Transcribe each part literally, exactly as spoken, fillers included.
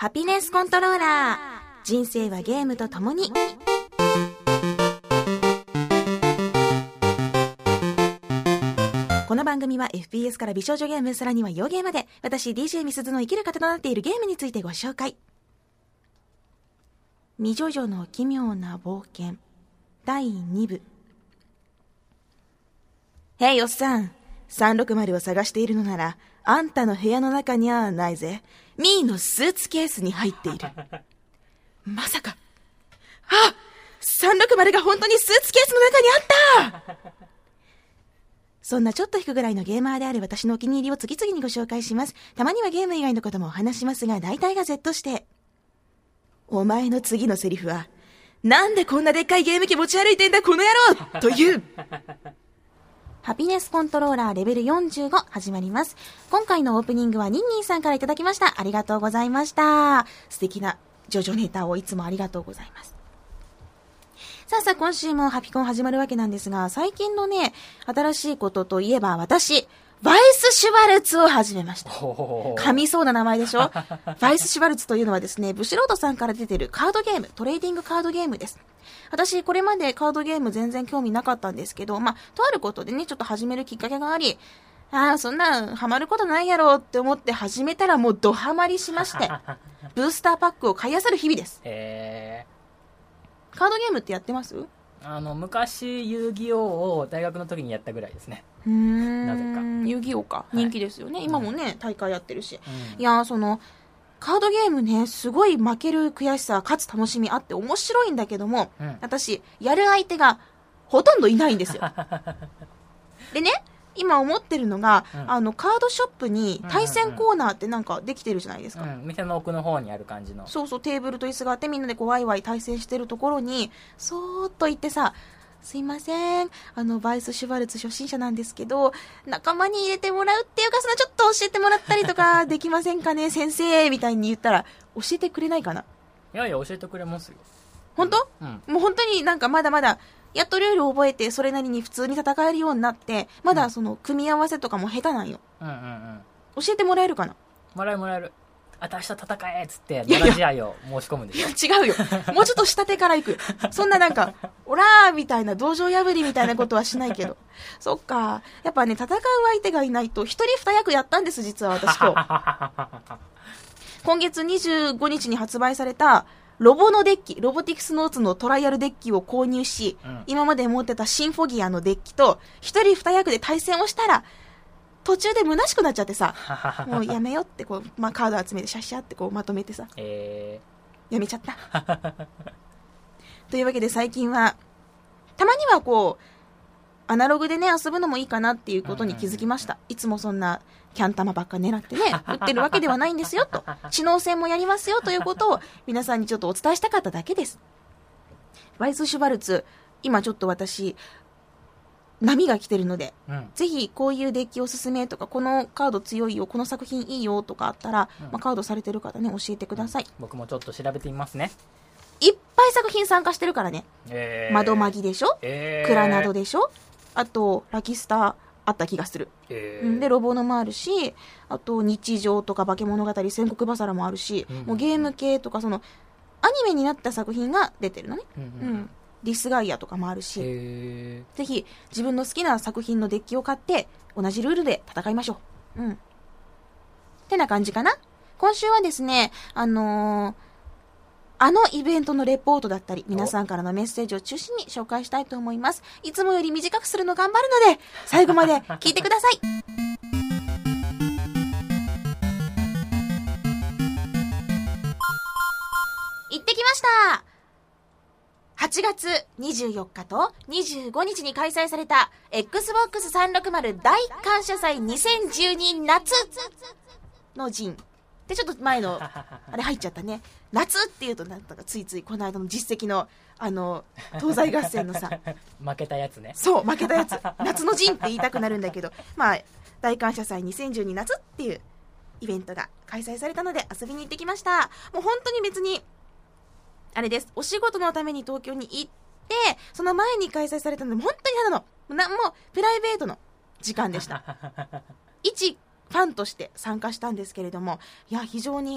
ハピネスコントローラー。人生はゲームとともに。この番組は エフピーエス から美少女ゲーム、さらには洋ゲーまで、私 ディージェー みすずの生きる糧となっているゲームについてご紹介。美女女の奇妙な冒険だいにぶ。へいおっさん、さんろくまるを探しているのなら、あんたの部屋の中にはないぜ。ミーのスーツケースに入っている。まさか、あ、さんろくまるが本当にスーツケースの中にあった。そんなちょっと引くぐらいのゲーマーである私のお気に入りを次々にご紹介します。たまにはゲーム以外のこともお話しますが、大体が Z して。お前の次のセリフは、なんでこんなでっかいゲーム機持ち歩いてんだこの野郎という。ハピネスコントローラーレベルよんじゅうご始まります。今回のオープニングはニンニンさんからいただきました。ありがとうございました。素敵なジョジョネタをいつもありがとうございます。さあさあ今週もハピコン始まるわけなんですが、最近のね、新しいことといえば私、バイス・シュバルツを始めました。噛みそうな名前でしょ。バイス・シュバルツというのはですね、ブシロードさんから出てるカードゲーム、トレーディングカードゲームです。私、これまでカードゲーム全然興味なかったんですけど、まあ、とあることでね、ちょっと始めるきっかけがあり、ああ、そんな、ハマることないやろって思って始めたらもうドハマりしまして、ブースターパックを買い漁る日々です。 へー。カードゲームってやってます？ あの、昔、遊戯王を大学の時にやったぐらいですね。 うーん。 なぜか。 遊戯王か。はい、人気ですよね。今もね、大会やってるし。 うん、 いやー、その、カードゲームね、すごい負ける悔しさ、勝つ楽しみあって面白いんだけども、うん、私、やる相手がほとんどいないんですよ。でね、今思ってるのが、うん、あの、カードショップに対戦コーナーってなんかできてるじゃないですか。 うんうん、店の奥の方にある感じの。 そうそう、テーブルと椅子があってみんなでこうワイワイ対戦してるところに、そーっと行ってさ、すいません、あのバイス・シュバルツ初心者なんですけど仲間に入れてもらうっていうか、そのちょっと教えてもらったりとかできませんかね先生みたいに言ったら教えてくれないかな。 いやいや教えてくれますよ。 本当、 うん、 もう本当になんかまだまだやっとルールを覚えてそれなりに普通に戦えるようになって、まだその組み合わせとかも下手なんよ。 うんうんうん、 教えてもらえるかな。 もらえるもらえる。私と戦えっつって奈良試合を申し込むんでしょ。 いやいや違うよ、もうちょっと下手から行く。そんななんかオラーみたいな道場破りみたいなことはしないけどそっか、やっぱね戦う相手がいないと一人二役やったんです。実は私今日今月にじゅうごにちに発売されたロボのデッキ、ロボティクスノーツのトライアルデッキを購入し、うん、今まで持ってたシンフォギアのデッキと一人二役で対戦をしたら途中で虚しくなっちゃってさもうやめよってこう、まあ、カード集めてシャッシャってこうまとめてさ、 えー、やめちゃったというわけで最近はたまにはこうアナログでね遊ぶのもいいかなっていうことに気づきました。いつもそんなキャン玉ばっか狙ってね売ってるわけではないんですよと、知能戦もやりますよということを皆さんにちょっとお伝えしたかっただけです。バイス・シュバルツ今ちょっと私波が来てるので、うん、ぜひこういうデッキおすすめとかこのカード強いよ、この作品いいよとかあったら、うん、まあ、カードされてる方ね教えてください、うん、 僕もちょっと調べてみますね。 いっぱい作品参加してるからね、 えー、 窓マギでしょ、 えー、 クラナドでしょ、あとラキスターあった気がする、 えー、 でロボノもあるし、あと日常とか化け物語、戦国バサラもあるし、うん、もうゲーム系とかそのアニメになった作品が出てるのね、うんうんうん、ディスガイアとかもあるし、ぜひ自分の好きな作品のデッキを買って同じルールで戦いましょう。うん。ってな感じかな。今週はですね、あのー、あのイベントのレポートだったり皆さんからのメッセージを中心に紹介したいと思います。いつもより短くするの頑張るので最後まで聞いてください。行ってきました。はちがつにじゅうよっかとにじゅうごにちに開催された エックスボックスさんろくまる 大感謝祭にせんじゅうに夏の陣で、ちょっと前のあれ入っちゃったね。夏っていうとなんだかついついこの間の実績のあの東西合戦のさ負けたやつね。 そう負けたやつ夏の陣って言いたくなるんだけど、まあ大感謝祭にせんじゅうに夏っていうイベントが開催されたので遊びに行ってきました。もう本当に別にあれです。お仕事のために東京に行って、その前に開催されたので、本当にただの、なんもプライベートの時間でした。一ファンとして参加したんですけれども、いや、非常に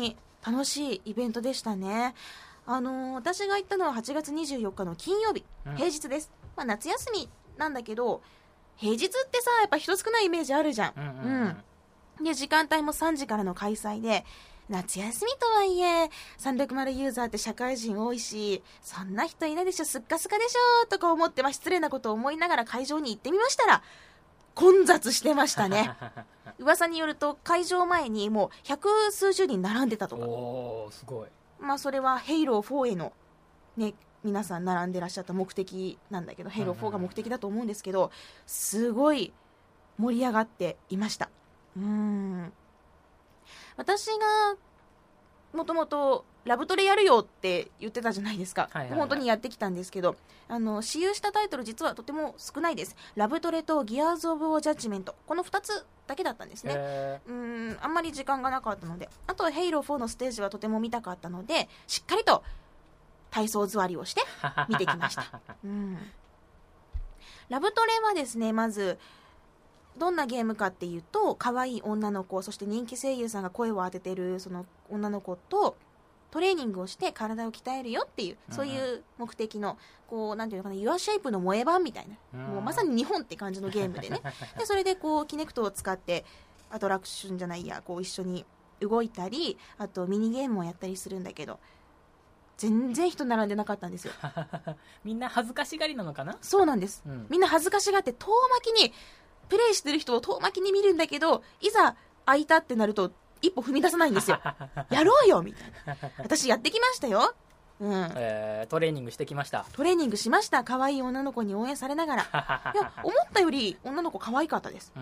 楽しいイベントでしたね。あのー、私が行ったのははちがつにじゅうよっかの金曜日、 うん、 平日です。まあ、夏休みなんだけど、平日ってさ、やっぱ人少ないイメージあるじゃん。 うんうんうん、 うん、で、時間帯もさんじからの開催で、夏休みとはいえさんびゃくユーザーって社会人多いし、そんな人いないでしょ、すっかすかでしょとか思って、まあ、失礼なことを思いながら会場に行ってみましたら、混雑してましたね。噂によると会場前にもう百数十人並んでたとか。 おー、すごい。 まあそれはヘイローフォーへのね、皆さん並んでらっしゃった目的なんだけど、ヘイローフォーが目的だと思うんですけど、すごい盛り上がっていました。うーん、私がもともとラブトレやるよって言ってたじゃないですか、 はいはいはい、 本当にやってきたんですけど、あの私有したタイトル実はとても少ないです。ラブトレとギアーズ・オブ・オー・ジャッジメント、このふたつだけだったんですね。うーん、あんまり時間がなかったので、あとヘイローフォーのステージはとても見たかったので、しっかりと体操座りをして見てきました。うん、ラブトレはですね、まずどんなゲームかっていうと、可愛い女の子、そして人気声優さんが声を当ててるその女の子とトレーニングをして体を鍛えるよっていう、そういう目的の、こうなんていうのかな、ユアシェイプの萌え版みたいな、もうまさに日本って感じのゲームでね。でそれでこうキネクトを使ってアトラクションじゃないや、こう一緒に動いたり、あとミニゲームをやったりするんだけど、全然人並んでなかったんですよ。 みんな恥ずかしがりなのかな。 そうなんです、 うん、 みんな恥ずかしがって遠巻きにプレイしてる人を遠巻きに見るんだけど、いざ空いたってなると一歩踏み出さないんですよ。やろうよみたいな。私やってきましたよ。うん、 えー、トレーニングしてきました。 トレーニングしました。可愛い女の子に応援されながら。いや、思ったより女の子可愛かったです。うん、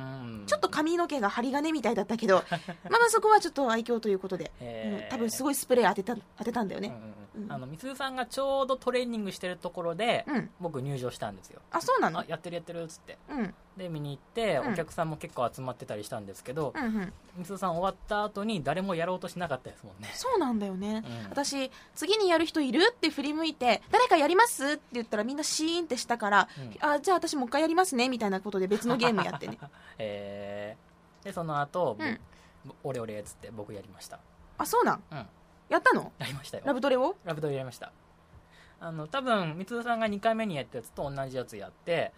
ちょっと髪の毛が針金みたいだったけど、まあまあそこはちょっと愛嬌ということで、えーうん、多分すごいスプレー当てた当てたんだよね。 うんうんうん、あのみすずさんがちょうどトレーニングしてるところで、うん、僕入場したんですよ。 あ、そうなの？ あ、やってるやってるっつって、うん、で見に行って、 うん、 お客さんも結構集まってたりしたんですけど、 うんうん、 みすずさん終わった後に誰もやろうとしなかったですもんね。 そうなんだよね、 うん、 私次にやる人いるって振り向いて、誰かやりますって言ったらみんなシーンってしたから、うん、あ、じゃあ私もう一回やりますねみたいなことで別のゲームやってね。 えー、でその後、 うん、 オレオレっつって僕やりました。 あ、そうなん、 うん、 やったの？ やりましたよ。 ラブトレを？ ラブトレやりました。あの多分みつずさんがにかいめにやったやつと同じやつやって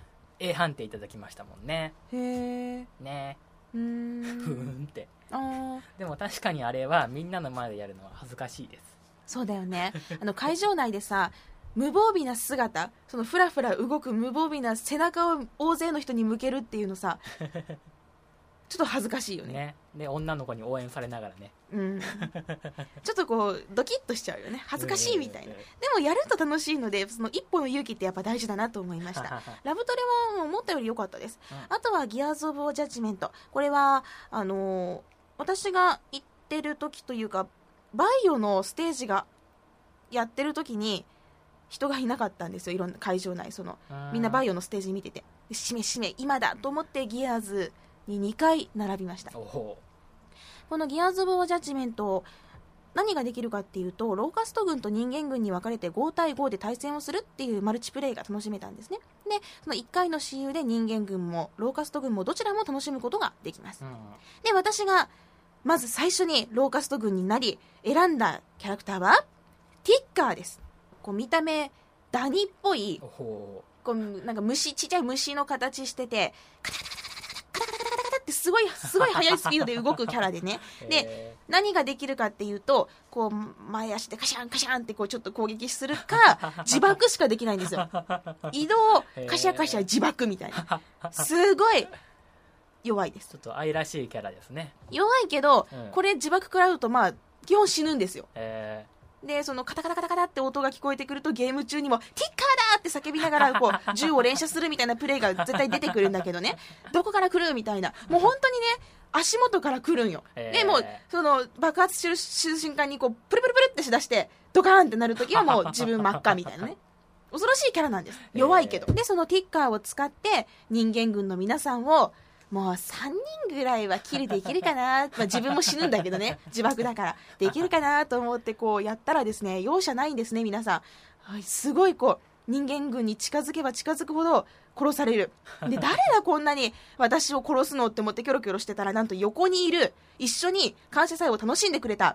A 判定いただきましたもんね。 へーね。 うーんふーんって。 あ、 でも確かにあれはみんなの前でやるのは恥ずかしいです。 そうだよね。あの会場内でさ、無防備な姿、そのフラフラ動く無防備な背中を大勢の人に向けるっていうのさ、ちょっと恥ずかしいよね。 ね。で女の子に応援されながらね、 うん、ちょっとこうドキッとしちゃうよね、恥ずかしいみたいな。でもやると楽しいので、その一歩の勇気ってやっぱ大事だなと思いました。ラブトレは思ったより良かったです、うん、あとはギアーズ・オブ・オー・ジャッジメント、これはあのー、私が行ってる時というかバイオのステージがやってる時に人がいなかったんですよ。いろんな会場内、そのみんなバイオのステージ見てて、しめしめ今だと思ってギアーズににかい並びました。このギアーズ・オブ・オー・ジャッジメント、何ができるかっていうと、ローカスト軍と人間軍に分かれてごたいごで対戦をするっていうマルチプレイが楽しめたんですね。でそのいっかいの私有で人間軍もローカスト軍もどちらも楽しむことができます、うん、で私がまず最初にローカスト軍になり選んだキャラクターはティッカーです。こう見た目ダニっぽい、こうなんか虫、ちっちゃい虫の形してて、カタカタカタカタカタカタカタカタカタってすごいすごい速いスピードで動くキャラでね。で何ができるかっていうと、こう前足でカシャンカシャンってこうちょっと攻撃するか自爆しかできないんですよ。移動カシャカシャ自爆みたいな、すごい弱いです。 ちょっと愛らしいキャラですね。 弱いけど、うん、これ自爆食らうとまあ基本死ぬんですよ。 えー、 でそのカタカタカタカタって音が聞こえてくるとゲーム中にもティッカーだって叫びながらこう銃を連射するみたいなプレイが絶対出てくるんだけどね、どこから来るみたいな、もう本当にね足元から来るんよ、えー、でもうその爆発する瞬間にこうプルプルプルってしだしてドカーンってなるときはもう自分真っ赤みたいなね恐ろしいキャラなんです。弱いけど、えー、でそのティッカーを使って人間軍の皆さんをもうさんにんぐらいはキルできるかな、まあ、自分も死ぬんだけどね自爆だからできるかなと思ってこうやったらですね、容赦ないんですね皆さん、はい、すごいこう人間軍に近づけば近づくほど殺される。で誰がこんなに私を殺すのって思ってキョロキョロしてたら、なんと横にいる一緒に感謝祭を楽しんでくれた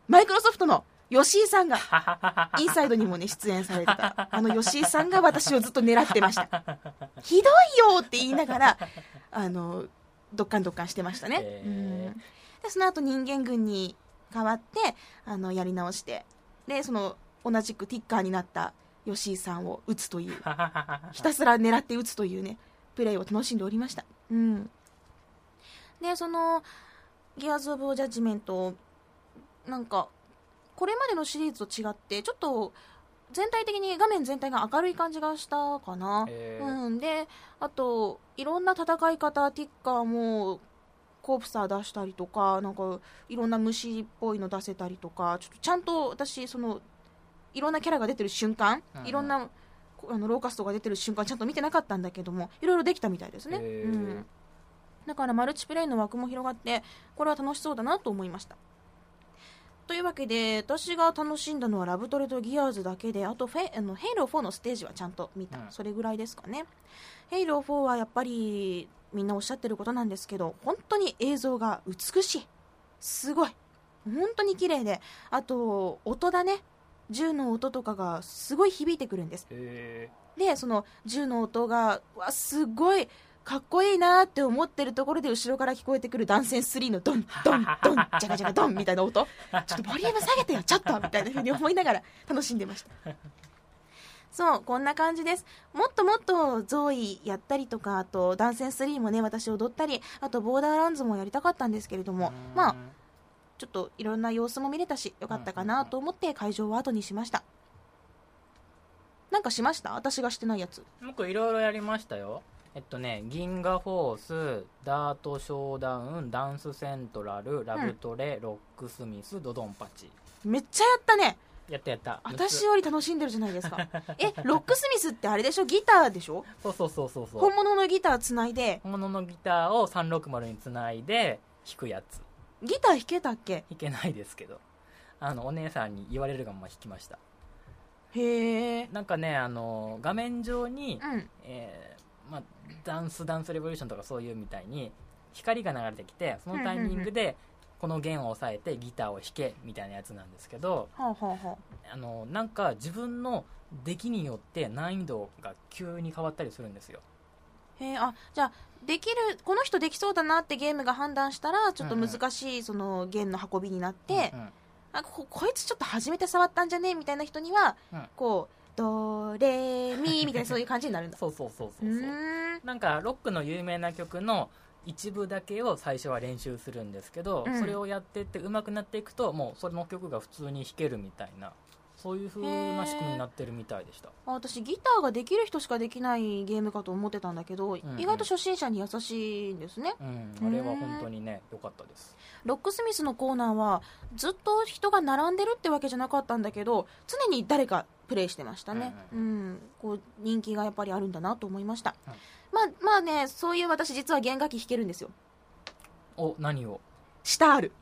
マイクロソフトの吉井さんがインサイドにもね出演されてたあの吉井さんが私をずっと狙ってました。ひどいよって言いながらあのドッカンドッカンしてましたね、うん、でその後人間軍に変わってあのやり直して、でその同じくティッカーになった吉井さんを撃つというひたすら狙って撃つというねプレイを楽しんでおりました、うん、でそのギアーズ・オブ・ジャッジメントなんかこれまでのシリーズと違ってちょっと全体的に画面全体が明るい感じがしたかな、うん、であといろんな戦い方、ティッカーもコープサー出したりとか、なんかいろんな虫っぽいの出せたりとか、ちょっとちゃんと私そのいろんなキャラが出てる瞬間、うん、いろんなあのローカストが出てる瞬間ちゃんと見てなかったんだけども、いろいろできたみたいですね、うん、だからマルチプレイの枠も広がってこれは楽しそうだなと思いました。というわけで私が楽しんだのはラブトレとギアーズだけで、あとフェあのヘイローフォーのステージはちゃんと見た、うん、それぐらいですかね。ヘイローフォーはやっぱりみんなおっしゃってることなんですけど、本当に映像が美しい、すごい本当に綺麗で、あと音だね、銃の音とかがすごい響いてくるんです。 へでその銃の音がわすごいかっこいいなって思ってるところで後ろから聞こえてくるダンセンスリーのドンドンドンジャガジャガドンみたいな音、ちょっとボリューム下げてよちょっとみたいな風に思いながら楽しんでました。そうこんな感じです。もっともっとゾーイやったりとか、あとダンセンスリーもね私踊ったり、あとボーダーランズもやりたかったんですけれども、まあちょっといろんな様子も見れたしよかったかなと思って会場を後にしました。なんかしました？私がしてないやつ。 僕いろいろやりましたよ。えっとね、銀河フォース、ダートショーダウン、ダンスセントラル、ラブトレ、うん、ロックスミス、ドドンパチ。 めっちゃやったね。 やったやった。 私より楽しんでるじゃないですか。え、ロックスミスってあれでしょ、ギターでしょ。 そうそうそうそうそう。 本物のギターつないで。 本物のギターをさんびゃくろくじゅうにつないで弾くやつ。 ギター弾けたっけ？ 弾けないですけど、あのお姉さんに言われるがまま弾きました。 へえ。 なんかね、あの画面上に、 うん、 えーまあ、ダンスダンスレボリューションとかそういうみたいに光が流れてきて、そのタイミングでこの弦を押さえてギターを弾けみたいなやつなんですけど、 はあはあはあ、あのなんか自分の出来によって難易度が急に変わったりするんですよ。 へえ。あ、じゃあできる、この人できそうだなってゲームが判断したらちょっと難しいその弦の運びになって、うんうん、あ こ, こいつちょっと初めて触ったんじゃねみたいな人には、うん、こうドレミみたいなそういう感じになるんだ。 そうそうそうそうそう。なんかロックの有名な曲の一部だけを最初は練習するんですけど、うん、それをやってって上手くなっていくともうその曲が普通に弾けるみたいな、そういう風な仕組みになってるみたいでした。 あ、私ギターができる人しかできないゲームかと思ってたんだけど、うんうん、意外と初心者に優しいんですね、 うん、あれは本当にね良かったです。 ロックスミスのコーナーはずっと人が並んでるってわけじゃなかったんだけど、常に誰かプレイしてましたね、うんうんうん、こう人気がやっぱりあるんだなと思いました、うん、まあまあね、そういう私実は弦楽器弾けるんですよ。 お、何を？ シタール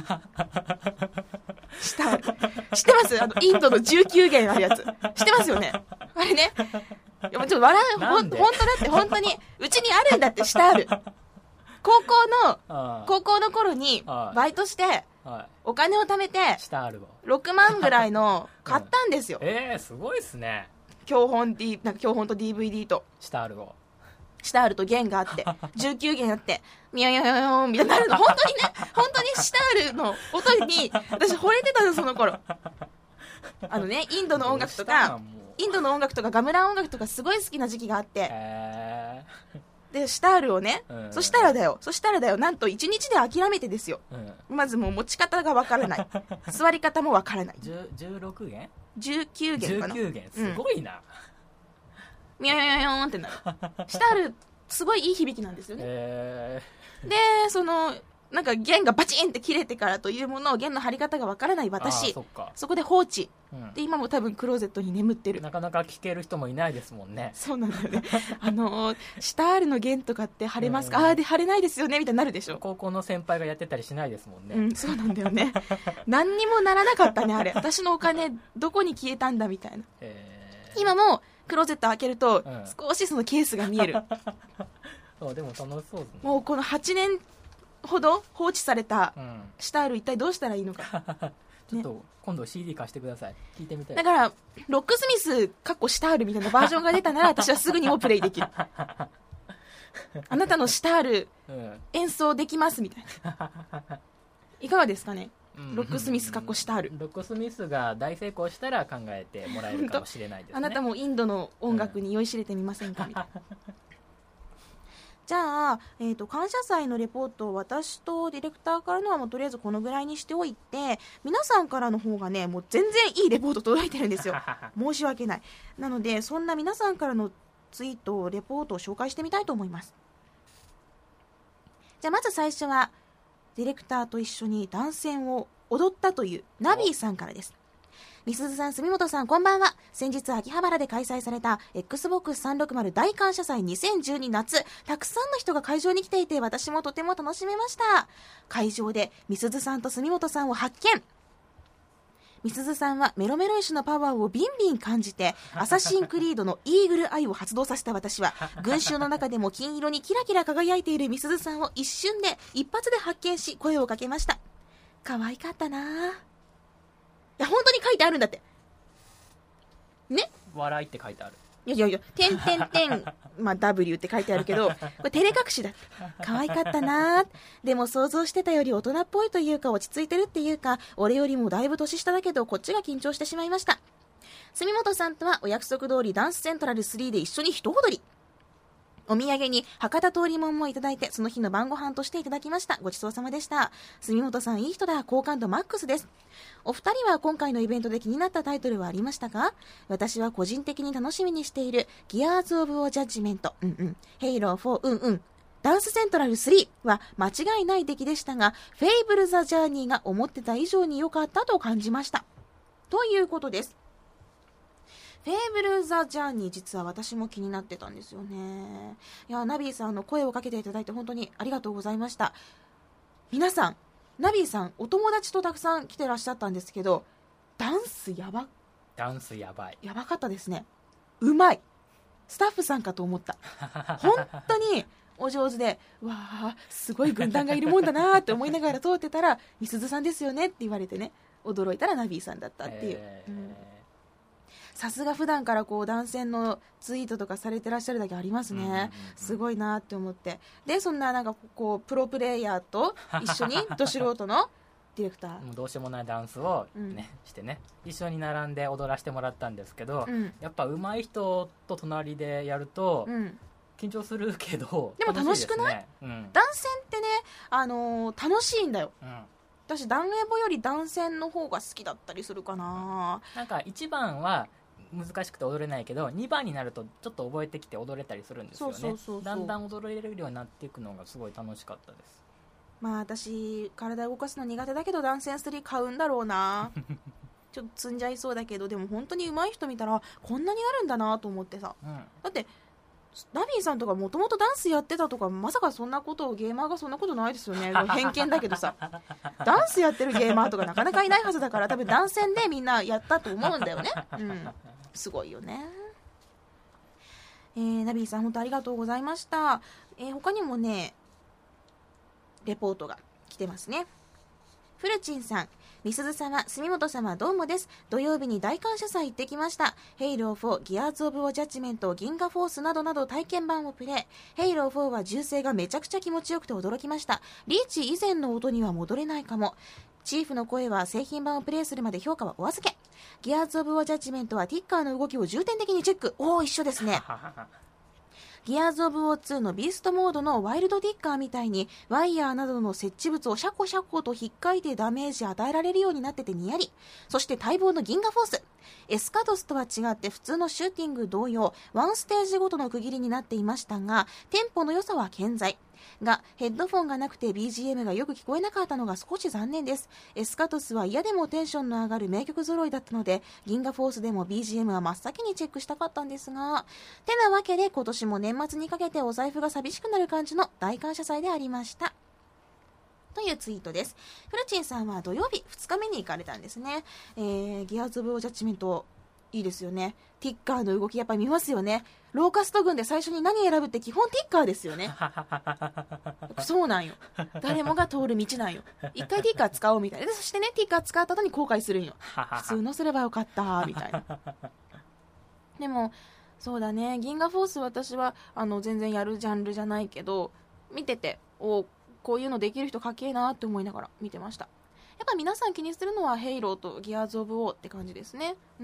シタール知ってます？あのインドのじゅうきゅう弦あるやつ知ってますよね？あれね、いやちょっと笑う、ほん本当だって本当にうちにあるんだってシタール。高校の高校の頃にバイトしてお金を貯めてろくまんぐらいの買ったんですよ、うん、 えー、すごいっすね。 教本、D、なんか教本と ディーブイディー とシタールをシタールと弦があってじゅうきゅう弦あってミヨヨヨヨンみたいになるの。本当にね、本当にシタールの音に私惚れてたのその頃。あのね、インドの音楽とかインドの音楽とかガムラン音楽とかすごい好きな時期があって、 えーでシタールをね、うんうん、そしたらだよそしたらだよなんといちにちで諦めてですよ、うん、まずもう持ち方がわからない座り方もわからない。 じゅうろく弦じゅうきゅう弦かな。 じゅうきゅう弦すごいな、 うん、ミヨヨヨヨンってなる。シタールすごいいい響きなんですよね、 えー、 でそのなんか弦がバチンって切れてからというものを弦の張り方がわからない私、 そ, そこで放置、 うん、 で今も多分クローゼットに眠ってる。 なかなか聴ける人もいないですもんね。 そうなんだよねあのシタールの弦とかって張れますか、うん、ああで張れないですよねみたいになるでしょ。 高校の先輩がやってたりしないですもんね、 うん、そうなんだよね何にもならなかったねあれ。私のお金どこに消えたんだみたいな、 えー、 今もクローゼット開けると、うん、少しそのケースが見えるそうでも楽しそうですね。 もうこのはちねんほど放置されたシタール、一体どうしたらいいのかちょっと今度 シーディー 貸してください。聞いてみたい。 だからロックスミスかっこシタールみたいなバージョンが出たなら私はすぐにもプレイできるあなたのシタール演奏できますみたいないかがですかね、ロックスミスかっこシタール。 ロックスミスが大成功したら考えてもらえるかもしれないですね。 あなたもインドの音楽に酔いしれてみませんかみたいなじゃあ、えーと、感謝祭のレポートを私とディレクターからのはもうとりあえずこのぐらいにしておいて、皆さんからの方がねもう全然いいレポート届いてるんですよ申し訳ない。なのでそんな皆さんからのツイートレポートを紹介してみたいと思います。じゃあまず最初はディレクターと一緒にダンセンを踊ったというナビーさんからです。みすずさん、住本さん、こんばんは。先日秋葉原で開催された エックスボックスさんびゃくろくじゅう 大感謝祭にせんじゅうに夏、たくさんの人が会場に来ていて私もとても楽しめました。会場でみすずさんと住本さんを発見。みすずさんはメロメロ石のパワーをビンビン感じて、アサシンクリードのイーグルアイを発動させた私は、群衆の中でも金色にキラキラ輝いているみすずさんを一瞬で一発で発見し声をかけました。可愛かったなぁ。いや本当に書いてあるんだってね。 笑いって書いてある。 いやいやいや、てんてんてん、まあ ダブリュー って書いてあるけど、これ照れ隠しだって。可愛かったなぁ。でも想像してたより大人っぽいというか落ち着いてるっていうか、俺よりもだいぶ年下だけどこっちが緊張してしまいました。住本さんとはお約束通りダンスセントラルスリーで一緒に一踊り。お土産に博多通りもんもいただいて、その日の晩ご飯としていただきました。ごちそうさまでした。住本さんいい人だ。好感度マックスです。お二人は今回のイベントで気になったタイトルはありましたか？私は個人的に楽しみにしているギアーズ・オブ・オ・ジャッジメント、うんうん、ヘイローフォー、うんうん、ダンスセントラルスリーは間違いない出来でしたが、フェイブル・ザ・ジャーニーが思ってた以上に良かったと感じました。ということです。フェイブル・ザ・ジャーニー、実は私も気になってたんですよね。いや、ナビーさんの声をかけていただいて本当にありがとうございました。皆さん、ナビーさんお友達とたくさん来てらっしゃったんですけど、ダンスやばダンスやばいやばかったですね。うまい。スタッフさんかと思った本当にお上手で、わあすごい軍団がいるもんだなって思いながら通ってたら、みすずさんですよねって言われてね、驚いたらナビーさんだったっていう、えーうんさすが普段からこう男性のツイートとかされてらっしゃるだけありますね、うんうんうん、すごいなって思って。でそんななんかこうプロプレイヤーと一緒にど素人のディレクターもうどうしようもないダンスを、ねうん、してね一緒に並んで踊らせてもらったんですけど、うん、やっぱ上手い人と隣でやると、うん、緊張するけどでも楽しくない、うん、ダンセンってね、あのー、楽しいんだよ、うん私ダンエボより男性の方が好きだったりするかな。 なんかいちばんは難しくて踊れないけどにばんになるとちょっと覚えてきて踊れたりするんですよね。そうそうそうそうだんだん踊れるようになっていくのがすごい楽しかったです。 まあ私体動かすの苦手だけど男性スリー買うんだろうなちょっと積んじゃいそうだけど、でも本当に上手い人見たらこんなにあるんだなと思ってさ、うん、だってナビーさんとかもともとダンスやってたとか、まさかそんなことをゲーマーがそんなことないですよね偏見だけどさダンスやってるゲーマーとかなかなかいないはずだから、多分男性でみんなやったと思うんだよね、うん、すごいよね。えー、ナビーさん本当ありがとうございました。えー、他にもねレポートが来てますね。フルチンさん、みすず様、住本様どうもです。土曜日に大感謝祭行ってきました。ヘイローフォー、ギアーズ・オブ・オ・ジャッジメント、銀河フォースなどなど体験版をプレイ。ヘイローフォーは銃声がめちゃくちゃ気持ちよくて驚きました。リーチ以前の音には戻れないかも。チーフの声は製品版をプレイするまで評価はお預け。ギアーズ・オブ・オ・ジャッジメントはティッカーの動きを重点的にチェック。おー、一緒ですね。ギアーズ・オブ・オーツーのビーストモードのワイルドディッカーみたいにワイヤーなどの接地物をシャコシャコと引っかいてダメージ与えられるようになっててニヤリ。そして待望の銀河フォース。エスカドスとは違って普通のシューティング同様ワンステージごとの区切りになっていましたが、テンポの良さは健在が、ヘッドフォンがなくて ビージーエム がよく聞こえなかったのが少し残念です。エスカトスは嫌でもテンションの上がる名曲揃いだったので、銀河フォースでも ビージーエム は真っ先にチェックしたかったんですが、てなわけで今年も年末にかけてお財布が寂しくなる感じの大感謝祭でありましたというツイートです。フルチンさんは土曜日ふつかめに行かれたんですね。えー、ギアーズ・オブ・ジャッジメントいいですよね。ティッカーの動きやっぱり見ますよね。ローカスト軍で最初に何選ぶって基本ティッカーですよね。そうなんよ。誰もが通る道なんよ。一回ティッカー使おうみたいな。でそしてね、ティッカー使った後に後悔するんよ。普通のすればよかったみたいな。でもそうだね、銀河フォース私はあの全然やるジャンルじゃないけど、見てておこういうのできる人かっけえなって思いながら見てました。やっぱ皆さん気にするのはヘイローとギアーズ・オブ・ウォーって感じですね。うん。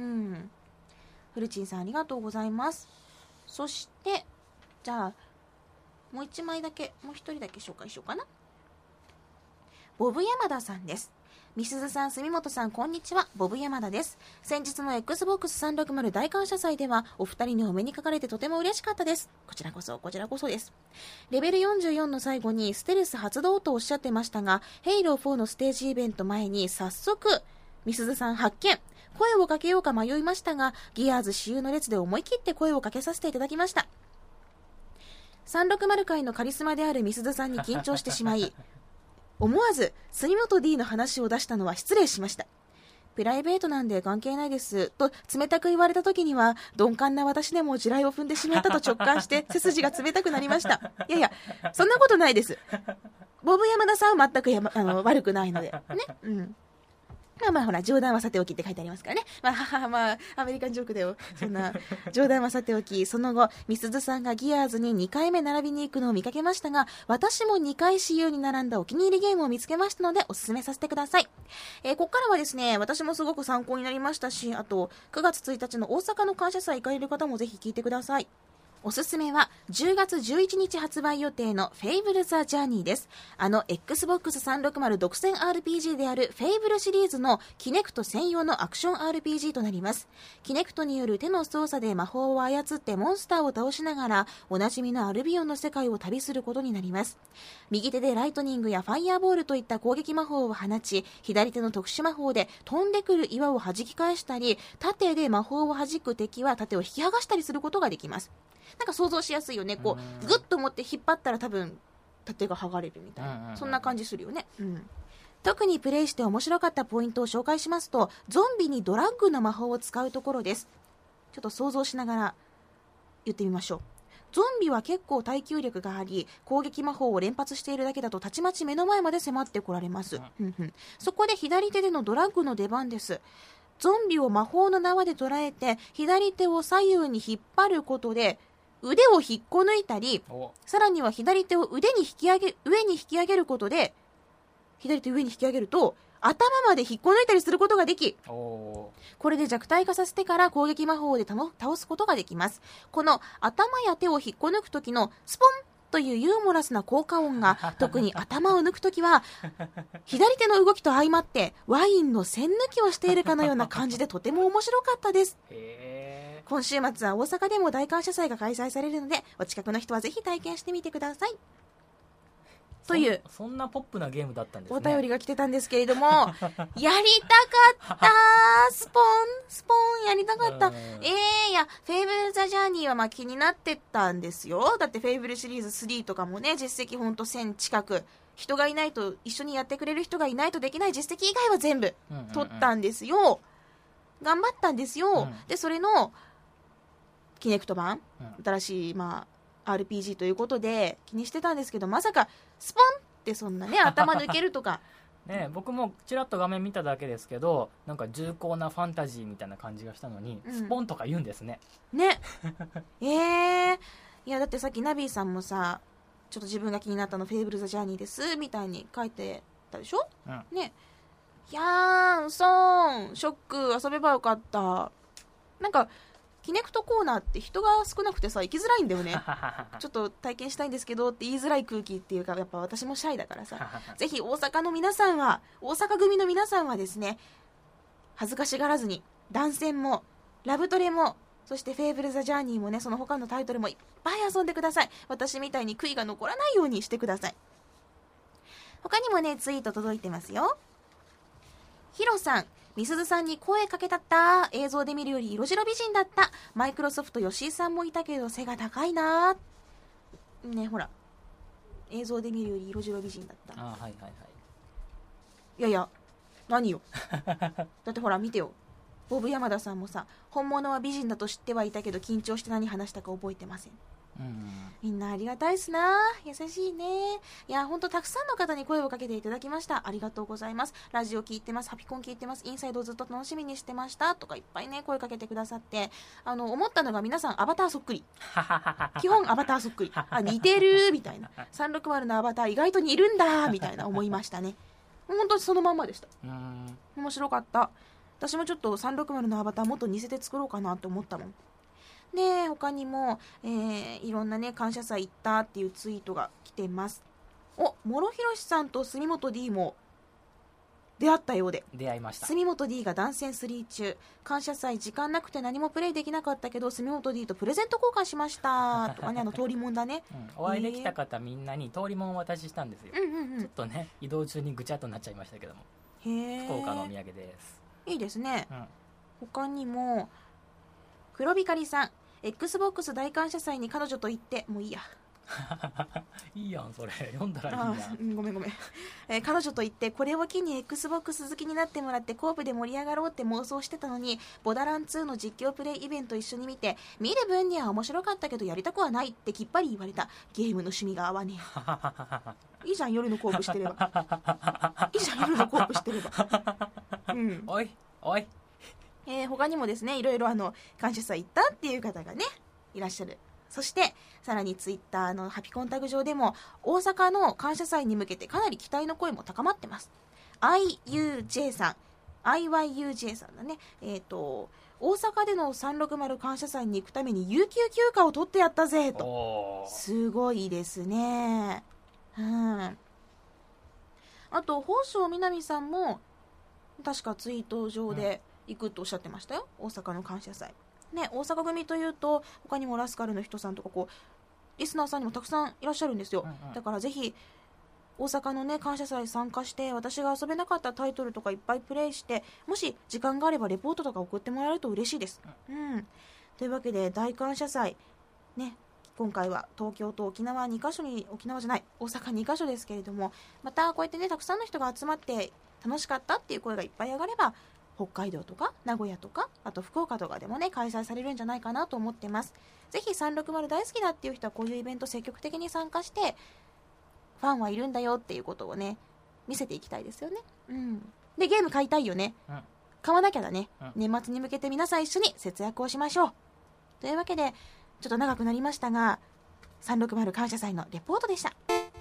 フルチンさんありがとうございます。そしてじゃあもう一枚だけ、もう一人だけ紹介しようかな。ボブ山田さんです。みすずさん、住本さん、こんにちは。ボブ山田です。先日の エックスボックスさんびゃくろくじゅう大感謝祭ではお二人にお目にかかれてとても嬉しかったです。こちらこそこちらこそです。レベルよんじゅうよんの最後にステルス発動とおっしゃってましたが、ヘイローフォーのステージイベント前に早速みすずさん発見。声をかけようか迷いましたが、ギアーズ私有の列で思い切って声をかけさせていただきました。さんびゃくろくじゅう界のカリスマであるみすずさんに緊張してしまい、思わず杉本 D の話を出したのは失礼しました。プライベートなんで関係ないですと冷たく言われた時には、鈍感な私でも地雷を踏んでしまったと直感して背筋が冷たくなりました。いやいや、そんなことないです。ボブ山田さんは全くや、ま、あの悪くないのでね。うん。まあまあほら、冗談はさておきって書いてありますからね。まあははまあアメリカンジョークだよ。そんな冗談はさておき、その後みすずさんがギアーズににかいめ並びに行くのを見かけましたが、私もにかい私有に並んだお気に入りゲームを見つけましたのでおすすめさせてください。えー、ここからはですね、私もすごく参考になりましたし、あとくがつついたちの大阪の感謝祭行かれる方もぜひ聞いてください。おすすめはじゅうがつじゅういちにち発売予定のフェイブルザ・ジャーニーです。あの エックスボックスさんびゃくろくじゅう独占 アールピージー であるフェイブルシリーズのキネクト専用のアクション アールピージー となります。キネクトによる手の操作で魔法を操ってモンスターを倒しながらおなじみのアルビオンの世界を旅することになります。右手でライトニングやファイヤーボールといった攻撃魔法を放ち、左手の特殊魔法で飛んでくる岩を弾き返したり、盾で魔法を弾く敵は盾を引き剥がしたりすることができます。なんか想像しやすいよね。こうグッと持って引っ張ったら多分盾が剥がれるみたいな、そんな感じするよね。うん。特にプレイして面白かったポイントを紹介しますと、ゾンビにドラッグの魔法を使うところです。ちょっと想像しながら言ってみましょう。ゾンビは結構耐久力があり、攻撃魔法を連発しているだけだとたちまち目の前まで迫ってこられます。うんうん、そこで左手でのドラッグの出番です。ゾンビを魔法の縄で捉えて左手を左右に引っ張ることで腕を引っこ抜いたり、さらには左手を腕に引き上げ、上に引き上げることで、左手上に引き上げると、頭まで引っこ抜いたりすることができ、これで弱体化させてから攻撃魔法で倒すことができます。この頭や手を引っこ抜く時のスポンというユーモラスな効果音が、特に頭を抜くときは、左手の動きと相まってワインの栓抜きをしているかのような感じでとても面白かったです。今週末は大阪でも大感謝祭が開催されるので、お近くの人はぜひ体験してみてください。というそんなポップなゲームだったんですね。 お便りが来てたんですけれども、やりたかったスポンスポンやりたかった。えー、いやフェイブルザジャーニーはまあ気になってたんですよ。だってフェイブルシリーズスリーとかもね、実績ほんとせん近く、人がいないと、一緒にやってくれる人がいないとできない実績以外は全部取ったんですよ、うんうんうん、頑張ったんですよ、うん、でそれのキネクト版、うん、新しいまあ アールピージー ということで気にしてたんですけど、まさかスポンってそんなね頭抜けるとかね、僕もちらっと画面見ただけですけど、なんか重厚なファンタジーみたいな感じがしたのに、うん、スポンとか言うんですね。ねえー、いやだってさっきナビーさんもさ、ちょっと自分が気になったのフェイブルザジャーニーですみたいに書いてたでしょ、うん、ね、いやーんそーんショック、遊べばよかった。なんかキネクトコーナーって人が少なくてさ行きづらいんだよねちょっと体験したいんですけどって言いづらい空気っていうか、やっぱ私もシャイだからさぜひ大阪の皆さんは、大阪組の皆さんはですね、恥ずかしがらずにダンセンもラブトレも、そしてフェイブルザジャーニーもね、その他のタイトルもいっぱい遊んでください。私みたいに悔いが残らないようにしてください。他にもねツイート届いてますよ。ヒロさん、みすずさんに声かけたった、映像で見るより色白美人だった、マイクロソフト吉井さんもいたけど背が高いなね、ほら映像で見るより色白美人だった。あ、はいはいはい。いやいや何よだってほら見てよ、 ボブ山田さんもさ、本物は美人だと知ってはいたけど緊張して何話したか覚えてません。うん、みんなありがたいっすな、優しいね。いやほんとたくさんの方に声をかけていただきました。ありがとうございます。ラジオ聞いてます、ハピコン聞いてます、インサイドをずっと楽しみにしてましたとかいっぱいね声かけてくださって、あの思ったのが皆さんアバターそっくり基本アバターそっくり、あ似てるみたいな、さんろくまるのアバター意外と似るんだみたいな思いましたね。本当にそのまんまでした。うん、面白かった。私もちょっとさんろくまるのアバターもっと似せて作ろうかなと思ったもん。で他にも、えー、いろんなね感謝祭行ったっていうツイートが来てます。お、諸広さんと住本 D も出会ったようで、 出会いました。 住本 D が断線スリー中、感謝祭時間なくて何もプレイできなかったけど住本 D とプレゼント交換しましたとかね、あの通りもんだね、 うん、お会いできた方みんなに通りもんをお渡ししたんですよ、うんうんうん、ちょっとね移動中にぐちゃっとなっちゃいましたけども、へー、福岡のお土産です。 いいですね、うん、他にも黒光さん、 Xbox 大感謝祭に彼女と行って、もういいやいいやんそれ、読んだらいいやん。ごめんごめん、えー、彼女と言ってこれを機に Xbox 好きになってもらってコープで盛り上がろうって妄想してたのに、ボダランツーの実況プレイイベント一緒に見て、見る分には面白かったけどやりたくはないってきっぱり言われた。ゲームの趣味が合わねえ。いいじゃん夜のコープしてればいいじゃん夜のコープしてればうん、 おいおい、 えー、他にもですねいろいろあの感謝祭行ったっていう方がねいらっしゃる。そしてさらにツイッターのハピコンタグ上でも大阪の感謝祭に向けてかなり期待の声も高まってます。 アイユージェー さん アイワイユージェー さんだね。えっ、ー、と大阪でのさんろくまる感謝祭に行くために有給休暇を取ってやったぜと、すごいですね。うん、あと宝生みなみさんも確かツイート上で行くとおっしゃってましたよ、大阪の感謝祭ね。大阪組というと他にもラスカルの人さんとかこうリスナーさんにもたくさんいらっしゃるんですよ、うんうん、だからぜひ大阪のね感謝祭参加して、私が遊べなかったタイトルとかいっぱいプレイして、もし時間があればレポートとか送ってもらえると嬉しいです、うん、うん、というわけで大感謝祭ね、今回は東京と沖縄にカ所に、沖縄じゃない大阪にカ所ですけれども、またこうやってねたくさんの人が集まって楽しかったっていう声がいっぱい上がれば、北海道とか名古屋とかあと福岡とかでもね開催されるんじゃないかなと思ってます。ぜひさんろくまる大好きだっていう人はこういうイベント積極的に参加して、ファンはいるんだよっていうことをね見せていきたいですよね、うん、でゲーム買いたいよね、うん、買わなきゃだね、うん、年末に向けて皆さん一緒に節約をしましょう。というわけでちょっと長くなりましたが、さんろくまる感謝祭のレポートでした。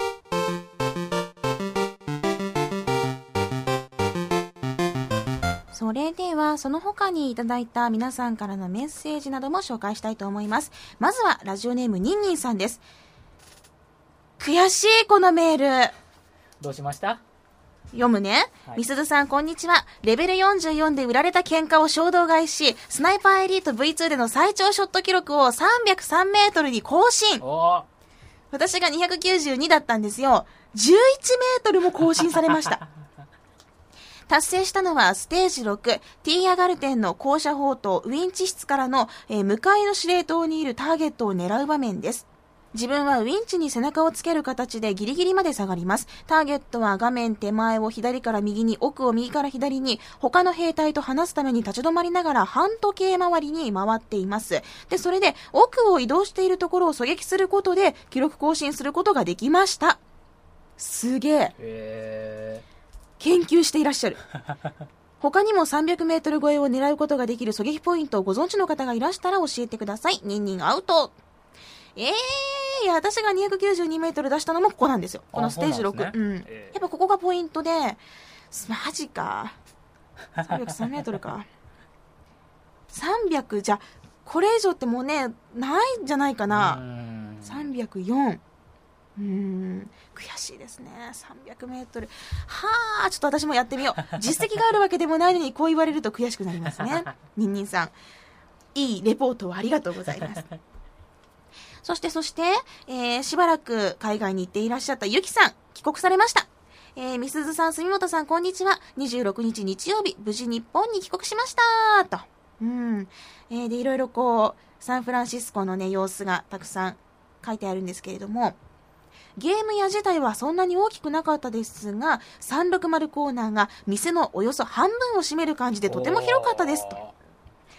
それではその他にいただいた皆さんからのメッセージなども紹介したいと思います。まずはラジオネームニンニンさんです。悔しいこのメール。 どうしました？ 読むね、はい、みすずさんこんにちは。レベルよんじゅうよんで売られた喧嘩を衝動買いし、スナイパーエリート ブイツー での最長ショット記録をさんびゃくさんメートルに更新。私がにひゃくきゅうじゅうにだったんですよ。じゅういちメートルも更新されました達成したのはステージろく、ティーアガルテンの高射砲塔ウィンチ室からの、えー、向かいの司令塔にいるターゲットを狙う場面です。自分はウィンチに背中をつける形でギリギリまで下がります。ターゲットは画面手前を左から右に、奥を右から左に、他の兵隊と話すために立ち止まりながら半時計回りに回っています。で、それで奥を移動しているところを狙撃することで記録更新することができました。すげえ。へー。研究していらっしゃる他にもさんびゃくメートル超えを狙うことができる狙撃ポイントをご存知の方がいらしたら教えてください。ニンニンアウト。えー、いや私がにひゃくきゅうじゅうにメートル出したのもここなんですよ。このステージろく。う、ね、うん、えー、やっぱここがポイントで、マジかさんびゃくさんメートルかさんびゃくじゃこれ以上ってもうねないんじゃないかな。さんびゃくよん、うーん悔しいですね。さんびゃくメートルはあ、ちょっと私もやってみよう。実績があるわけでもないのにこう言われると悔しくなりますね。ニンニンさんいいレポートをありがとうございますそしてそして、えー、しばらく海外に行っていらっしゃったゆきさん帰国されました。えー、みすずさん、住本さんこんにちは。にじゅうろくにち日曜日無事日本に帰国しましたと、うん、えー、でいろいろこうサンフランシスコのね様子がたくさん書いてあるんですけれども、ゲーム屋自体はそんなに大きくなかったですが、さんろくまるコーナーが店のおよそ半分を占める感じでとても広かったですと。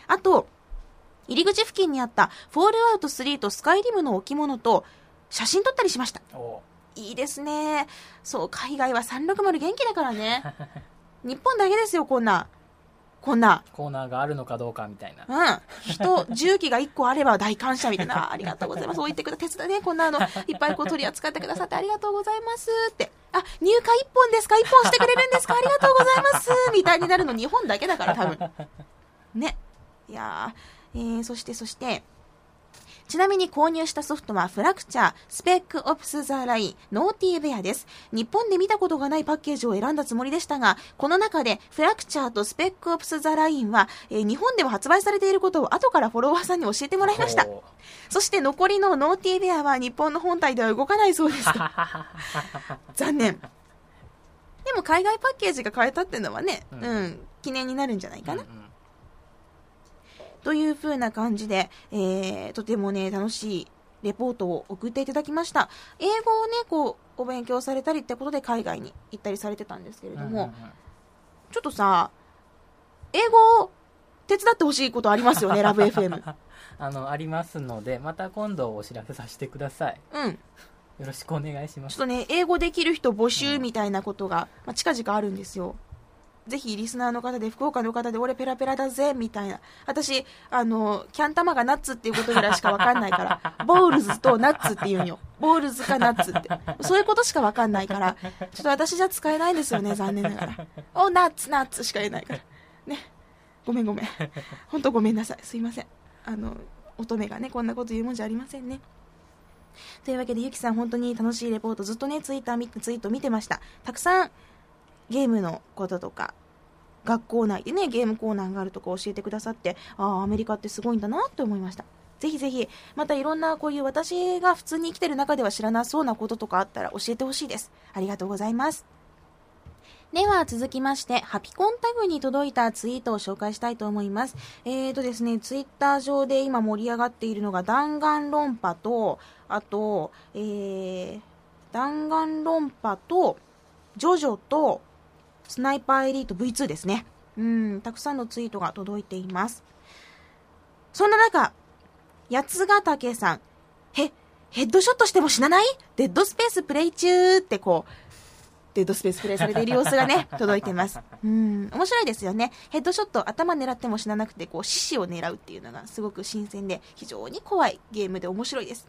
あと、入り口付近にあったフォールアウトスリーとスカイリムの置物と写真撮ったりしました。いいですね。そう、海外はさんろくまる元気だからね。日本だけですよ、こんな。こんな。 コーナーがあるのかどうかみたいな。 うん。人、重機がいっこあれば大感謝みたいな。ありがとうございます。そう言ってください。手伝いね。こんなの、いっぱいこう取り扱ってくださってありがとうございますって。あ、入荷いっぽんですか ?いっ 本してくれるんですかありがとうございますみたいになるの日本だけだから多分。ね。いやー、えー、そしてそして、ちなみに購入したソフトはフラクチャー、スペックオプスザライン、ノーティーベアです。日本で見たことがないパッケージを選んだつもりでしたが、この中でフラクチャーとスペックオプスザラインは、えー、日本でも発売されていることを後からフォロワーさんに教えてもらいました。そして残りのノーティーベアは日本の本体では動かないそうです。残念。でも海外パッケージが変えたっていうのはね、うん、うん、記念になるんじゃないかな。うんうん、という風な感じで、えー、とてもね、楽しいレポートを送っていただきました。英語をね、こう、お勉強されたりってことで海外に行ったりされてたんですけれども、うんうんうん、ちょっとさ、英語を手伝ってほしいことありますよね、ラブ エフエム。 あの、ありますので、また今度お知らせさせてください。 うん。 よろしくお願いします。 ちょっとね、英語できる人募集みたいなことが、まあ、近々あるんですよ。ぜひリスナーの方で、福岡の方で俺ペラペラだぜみたいな、私あのキャン玉がナッツっていうことぐらいしか分かんないからボールズとナッツって言うんよ。ボールズかナッツってそういうことしか分かんないから、ちょっと私じゃ使えないんですよね、残念ながら。おナッツナッツしか言えないからね。ごめんごめん、本当ごめんなさい、すいません。あの乙女がね、こんなこと言うもんじゃありませんね。というわけでゆきさん、本当に楽しいレポートずっとねツイッター見てツイート見てました。たくさんゲームのこととか、学校内でねゲームコーナーがあるとか教えてくださって、ああアメリカってすごいんだなって思いました。ぜひぜひまたいろんなこういう私が普通に生きてる中では知らなそうなこととかあったら教えてほしいです。ありがとうございます。では続きまして、ハピコンタグに届いたツイートを紹介したいと思います。えーとですね、ツイッター上で今盛り上がっているのが弾丸論破と、あと、えー、弾丸論破とジョジョとスナイパーエリート ブイツー ですね。うん、たくさんのツイートが届いています。そんな中、八ヶ岳さん、へ、ヘッドショットしても死なない？デッドスペースプレイ中ってこう、デッドスペースプレイされている様子がね、届いてます。うん、面白いですよね。ヘッドショット、頭狙っても死ななくて、こう、獅子を狙うっていうのがすごく新鮮で、非常に怖いゲームで面白いです。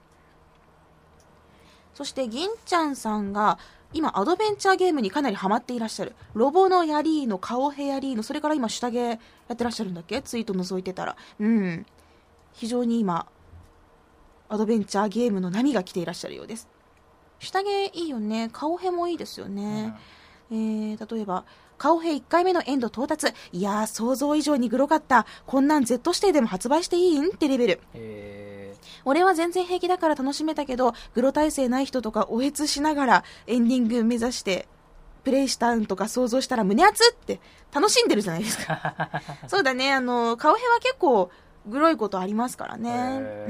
そして、銀ちゃんさんが、今、アドベンチャーゲームにかなりハマっていらっしゃる。ロボのヤリーノ、顔ヘヤリーノ、それから今、下着やってらっしゃるんだっけ？ツイート覗いてたら。うん。非常に今、アドベンチャーゲームの波が来ていらっしゃるようです。下着いいよね。顔ヘもいいですよね。うん、えー、例えば、顔ヘいっかいめのエンド到達。いやー、想像以上にグロかった。こんなん Z 指定でも発売していいんってレベル。 へー。 俺は全然平気だから楽しめたけど、グロ耐性ない人とかおえつしながらエンディング目指してプレイしたんとか想像したら胸熱って楽しんでるじゃないですか。そうだね、あの、顔ヘは結構グロいことありますからね。うん。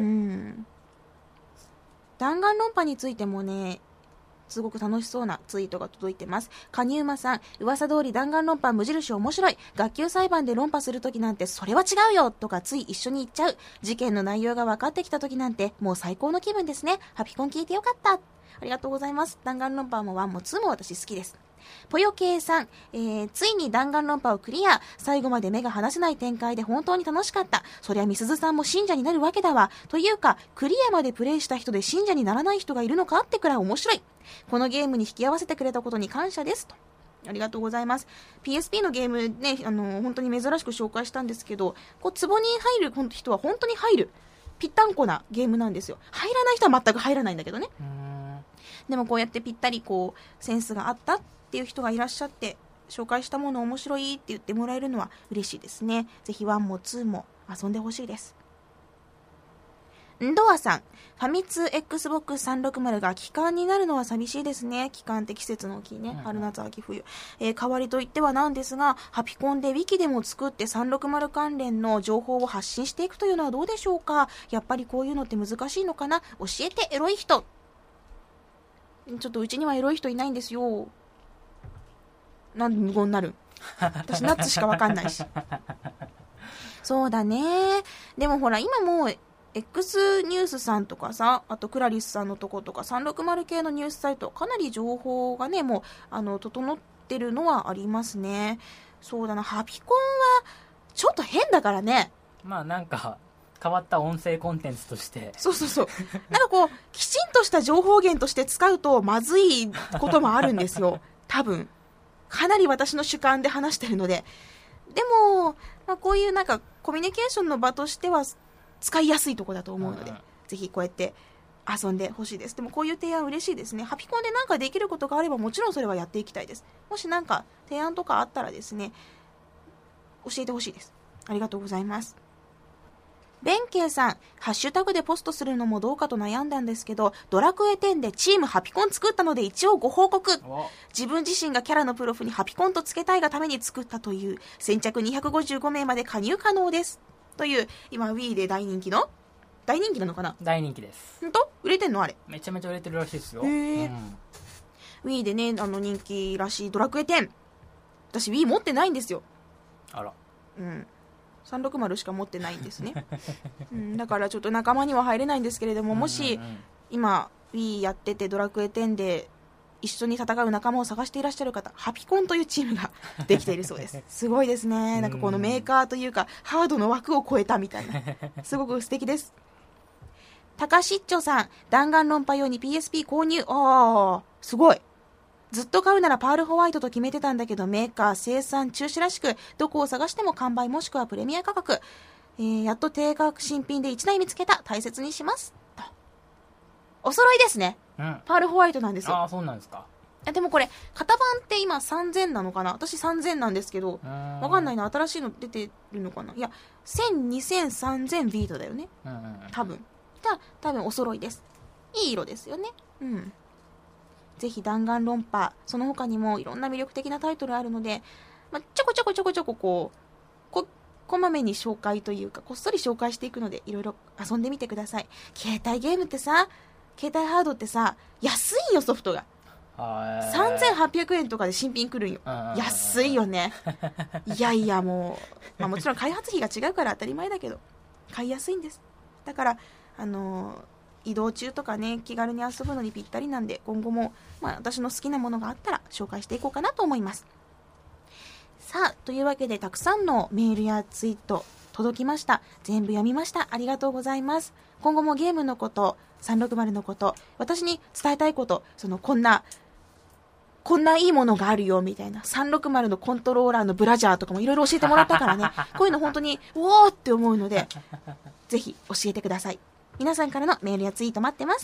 弾丸論破についてもね、すごく楽しそうなツイートが届いてます。カニウマさん、噂通り弾丸論破無印面白い。学級裁判で論破するときなんてそれは違うよとかつい一緒に言っちゃう。事件の内容が分かってきたときなんてもう最高の気分ですね。ハピコン聞いてよかった。ありがとうございます。弾丸論破もワンもツーも私好きです。ぽよけいさん、えー、ついに弾丸論破をクリア。最後まで目が離せない展開で本当に楽しかった。そりゃみすずさんも信者になるわけだわ。というかクリアまでプレイした人で信者にならない人がいるのかってくらい面白い。このゲームに引き合わせてくれたことに感謝ですと。ありがとうございます。 ピーエスピー のゲームね、あの本当に珍しく紹介したんですけど、こうツボに入る人は本当に入るぴったんこなゲームなんですよ。入らない人は全く入らないんだけどね。うーん、でもこうやってぴったりこうセンスがあったっていう人がいらっしゃって、紹介したもの面白いって言ってもらえるのは嬉しいですね。ぜひワンもツーも遊んでほしいです。んドアさん、ファミ通 エックスボックスさんびゃくろくじゅう が期間になるのは寂しいですね。期間って季節の期ね、春夏秋冬、えー、代わりといってはなんですが、ハピコンでウィキでも作ってさんびゃくろくじゅう関連の情報を発信していくというのはどうでしょうか。やっぱりこういうのって難しいのかな。教えてエロい人。ちょっとうちにはエロい人いないんですよ。なんで無言になるん私ナッツしかわかんないし。 そうだね。でもほら今もうX ニュースさんとかさ、あとクラリスさんのとことかさんろくまる系のニュースサイト、かなり情報がねもうあの整ってるのはありますね。そうだな、ハピコンはちょっと変だからね。 まあなんか変わった音声コンテンツとして、 そうそうそう、なんかこうきちんとした情報源として使うとまずいこともあるんですよ多分かなり私の主観で話してるので。でも、まあ、こういうなんかコミュニケーションの場としては使いやすいところだと思うので、うん、ぜひこうやって遊んでほしいです。でもこういう提案嬉しいですね。ハピコンでなんかできることがあればもちろんそれはやっていきたいです。もしなんか提案とかあったらですね、教えてほしいです。ありがとうございます。ベンケイさん、ハッシュタグでポストするのもどうかと悩んだんですけど、ドラクエテンでチームハピコン作ったので一応ご報告。自分自身がキャラのプロフにハピコンとつけたいがために作ったという、先着にひゃくごじゅうごめいまで加入可能ですという、今 Wii で大人気の大人気なのかな。 大人気です。 ほんと？売れてんのあれ。 めちゃめちゃ売れてるらしいですよ。 へー、うん、Wii でねあの人気らしいドラクエテン、私 Wii 持ってないんですよ。 あら、 うん、さんろくまるしか持ってないんですね、うん、だからちょっと仲間には入れないんですけれども、もし今 Wii やっててドラクエテンで一緒に戦う仲間を探していらっしゃる方、ハピコンというチームができているそうです。すごいですね。なんかこのメーカーというかハードの枠を超えたみたいな、すごく素敵です。高しっちょさん、弾丸論破用に ピーエスピー 購入。ああ、すごい。ずっと買うならパールホワイトと決めてたんだけど、メーカー生産中止らしく、どこを探しても完売もしくはプレミア価格、えー、やっと定額新品でいちだい見つけた。大切にしますと。お揃いですね、うん、パールホワイトなんですよ。 ああ、そうなんですか。 でもこれ型番って今さんぜんなのかな。私さんぜんなんですけど、わかんないな、新しいの出てるのかな。いやせん、にせん、さんぜんビートだよね、うんうんうん、多分だ多分お揃いです。いい色ですよね。うん、ぜひ弾丸論破、その他にもいろんな魅力的なタイトルあるので、まあ、ちょこちょこちょこちょここうここまめに紹介というかこっそり紹介していくので、いろいろ遊んでみてください。携帯ゲームってさ、携帯ハードってさ安いよ、ソフトがさんぜんはっぴゃくえんとかで新品来るんよ。安いよね。いやいやもう、まあ、もちろん開発費が違うから当たり前だけど買いやすいんです。だからあのー、移動中とかね気軽に遊ぶのにぴったりなんで、今後も、まあ、私の好きなものがあったら紹介していこうかなと思います。さあ、というわけでたくさんのメールやツイート届きました。全部読みました。ありがとうございます。今後もゲームのこと、さんろくまるのこと、私に伝えたいこと、そのこんなこんないいものがあるよみたいな、さんろくまるのコントローラーのブラジャーとかもいろいろ教えてもらったからねこういうの本当におーって思うので、ぜひ教えてください。皆さんからのメールやツイート待ってます。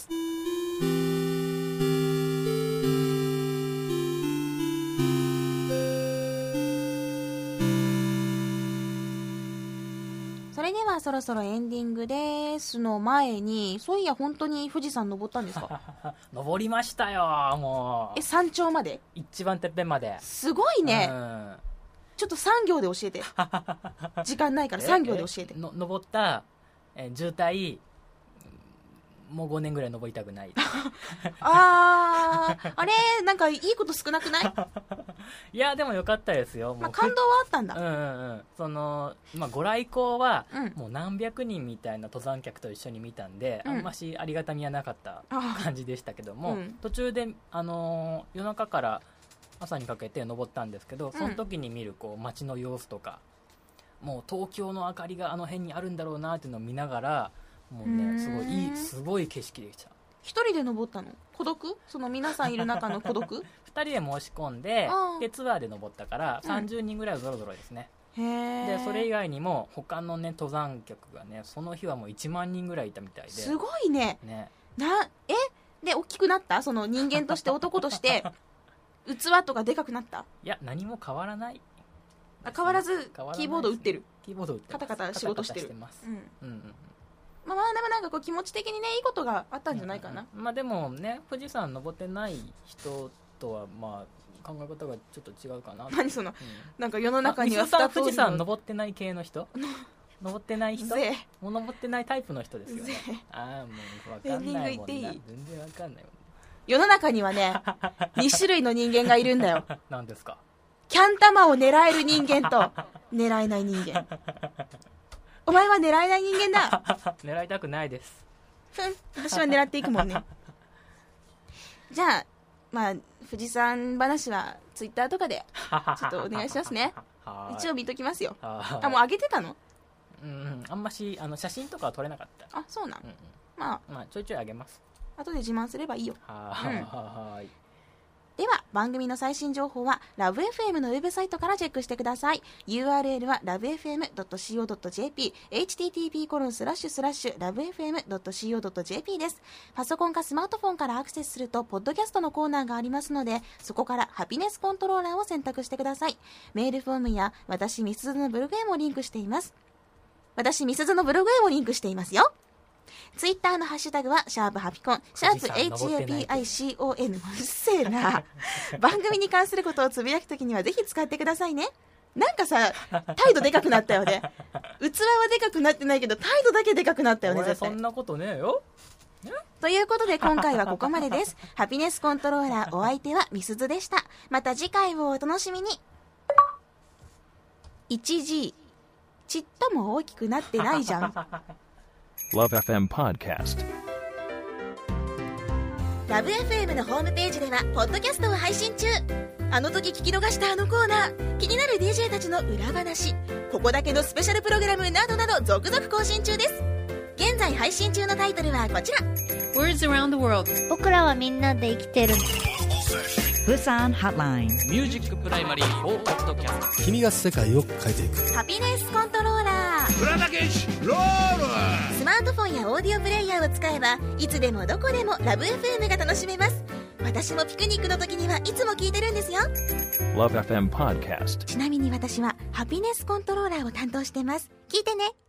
それではそろそろエンディングですの前に、そういや本当に富士山登ったんですか？ 登りましたよ。もうえ、山頂まで？ 一番てっぺんまで。 すごいね、うん、ちょっとさん行で教えて時間ないからさん行で教えて。 の登った、え渋滞もうごねんぐらい登りたくないあーあれなんかいいこと少なくない？ いやでもよかったですよ。もう、 まあ、感動はあったんだ。 うんうんうん。その、まあ、ご来光は、もう何百人みたいな登山客と一緒に見たんで、うん、あんましありがたみはなかった感じでしたけども、うん、途中で、あのー、夜中から朝にかけて登ったんですけど、その時に見るこう街の様子とか、もう東京の明かりがあの辺にあるんだろうなっていうのを見ながら、もうね、すごいいい、すごい景色でした。 一人で登ったの？孤独？その皆さんいる中の孤独？ 二人で申し込んで、でツアーで登ったからさんじゅうにんぐらいぞろぞろですね、うん、へでそれ以外にも他のね登山客がね、その日はもういちまんにんぐらいいたみたいで。 すごいね。 ねなえで大きくなった？その人間として男として器とかでかくなった？ いや何も変わらない、ね、 あ変わらずキーボード打ってる。 キーボード打ってカタカタ仕事してる。 カタカタしてます、 うんうんうん。まあ、まあでもなんかこう気持ち的にねいいことがあったんじゃないかな、 うん、まあでもね富士山登ってない人とはまあ考え方がちょっと違うかな。 何その、うん、なんか世の中には二つ富士山登ってない系の人登ってない人もう登ってないタイプの人ですよね。ああもう分かんないもんな。全然分かんないもん。 世の中にはねに種類の人間がいるんだよ。 何ですか？ キャン玉を狙える人間と狙えない人間。 お前は狙えない人間だ。 狙いたくないです。 ふん、私は狙っていくもんね。じゃあまあ富士山話はツイッターとかでちょっとお願いしますね。一応見ときますよ。あ、もう上げてたの？ うん、あんましあの写真とかは撮れなかった。 あ、そうなん、うんうん、まあ、 まあちょいちょい上げます。 後で自慢すればいいよ。 はーい、うん、はーい。 では番組の最新情報はラブ エフエム のウェブサイトからチェックしてください。 ユーアールエル は ラブエフエムドットシーオードットジェーピー エイチティーティーピーコロンスラッシュスラッシュラブエフエムドットシーオードットジェーピー です。パソコンかスマートフォンからアクセスするとポッドキャストのコーナーがありますので、そこからハピネスコントローラーを選択してください。メールフォームや私みすずのブログへもリンクしています。私みすずのブログへもリンクしていますよ。ツイッターのハッシュタグはシャープハピコン、シャープ エイチエーピーアイシーオーエヌ。 うっせえな。番組に関することをつぶやくときにはぜひ使ってくださいね。なんかさ、態度でかくなったよね。器はでかくなってないけど態度だけでかくなったよね。絶対そんなことねえよ。 ということで今回はここまでです。ハピネスコントローラー、お相手はみすずでした。また次回をお楽しみに。 ワンジー ちっとも大きくなってないじゃん。 ラブ エフエム Podcast。 ラブ エフエム のホームページではポッドキャストを配信中。あの時聞き逃したあのコーナー、気になる ディージェー たちの裏話、ここだけのスペシャルプログラムなどなど続々更新中です。現在配信中のタイトルはこちら。 Words around the world。 僕らはみんなで生きてる。 ブサンハッライン。 ミュージックプライマリーフォーポッドキャスト。 君が世界を変えていく。 ハピネスコントローラー。 浦田健志ロール。 スマートフォンやオーディオプレイヤーを使えばいつでもどこでもラブ エフエム が楽しめます。私もピクニックの時にはいつも聞いてるんですよ。 ラブ エフエム Podcast。 ちなみに私はハピネスコントローラーを担当してます。聞いてね。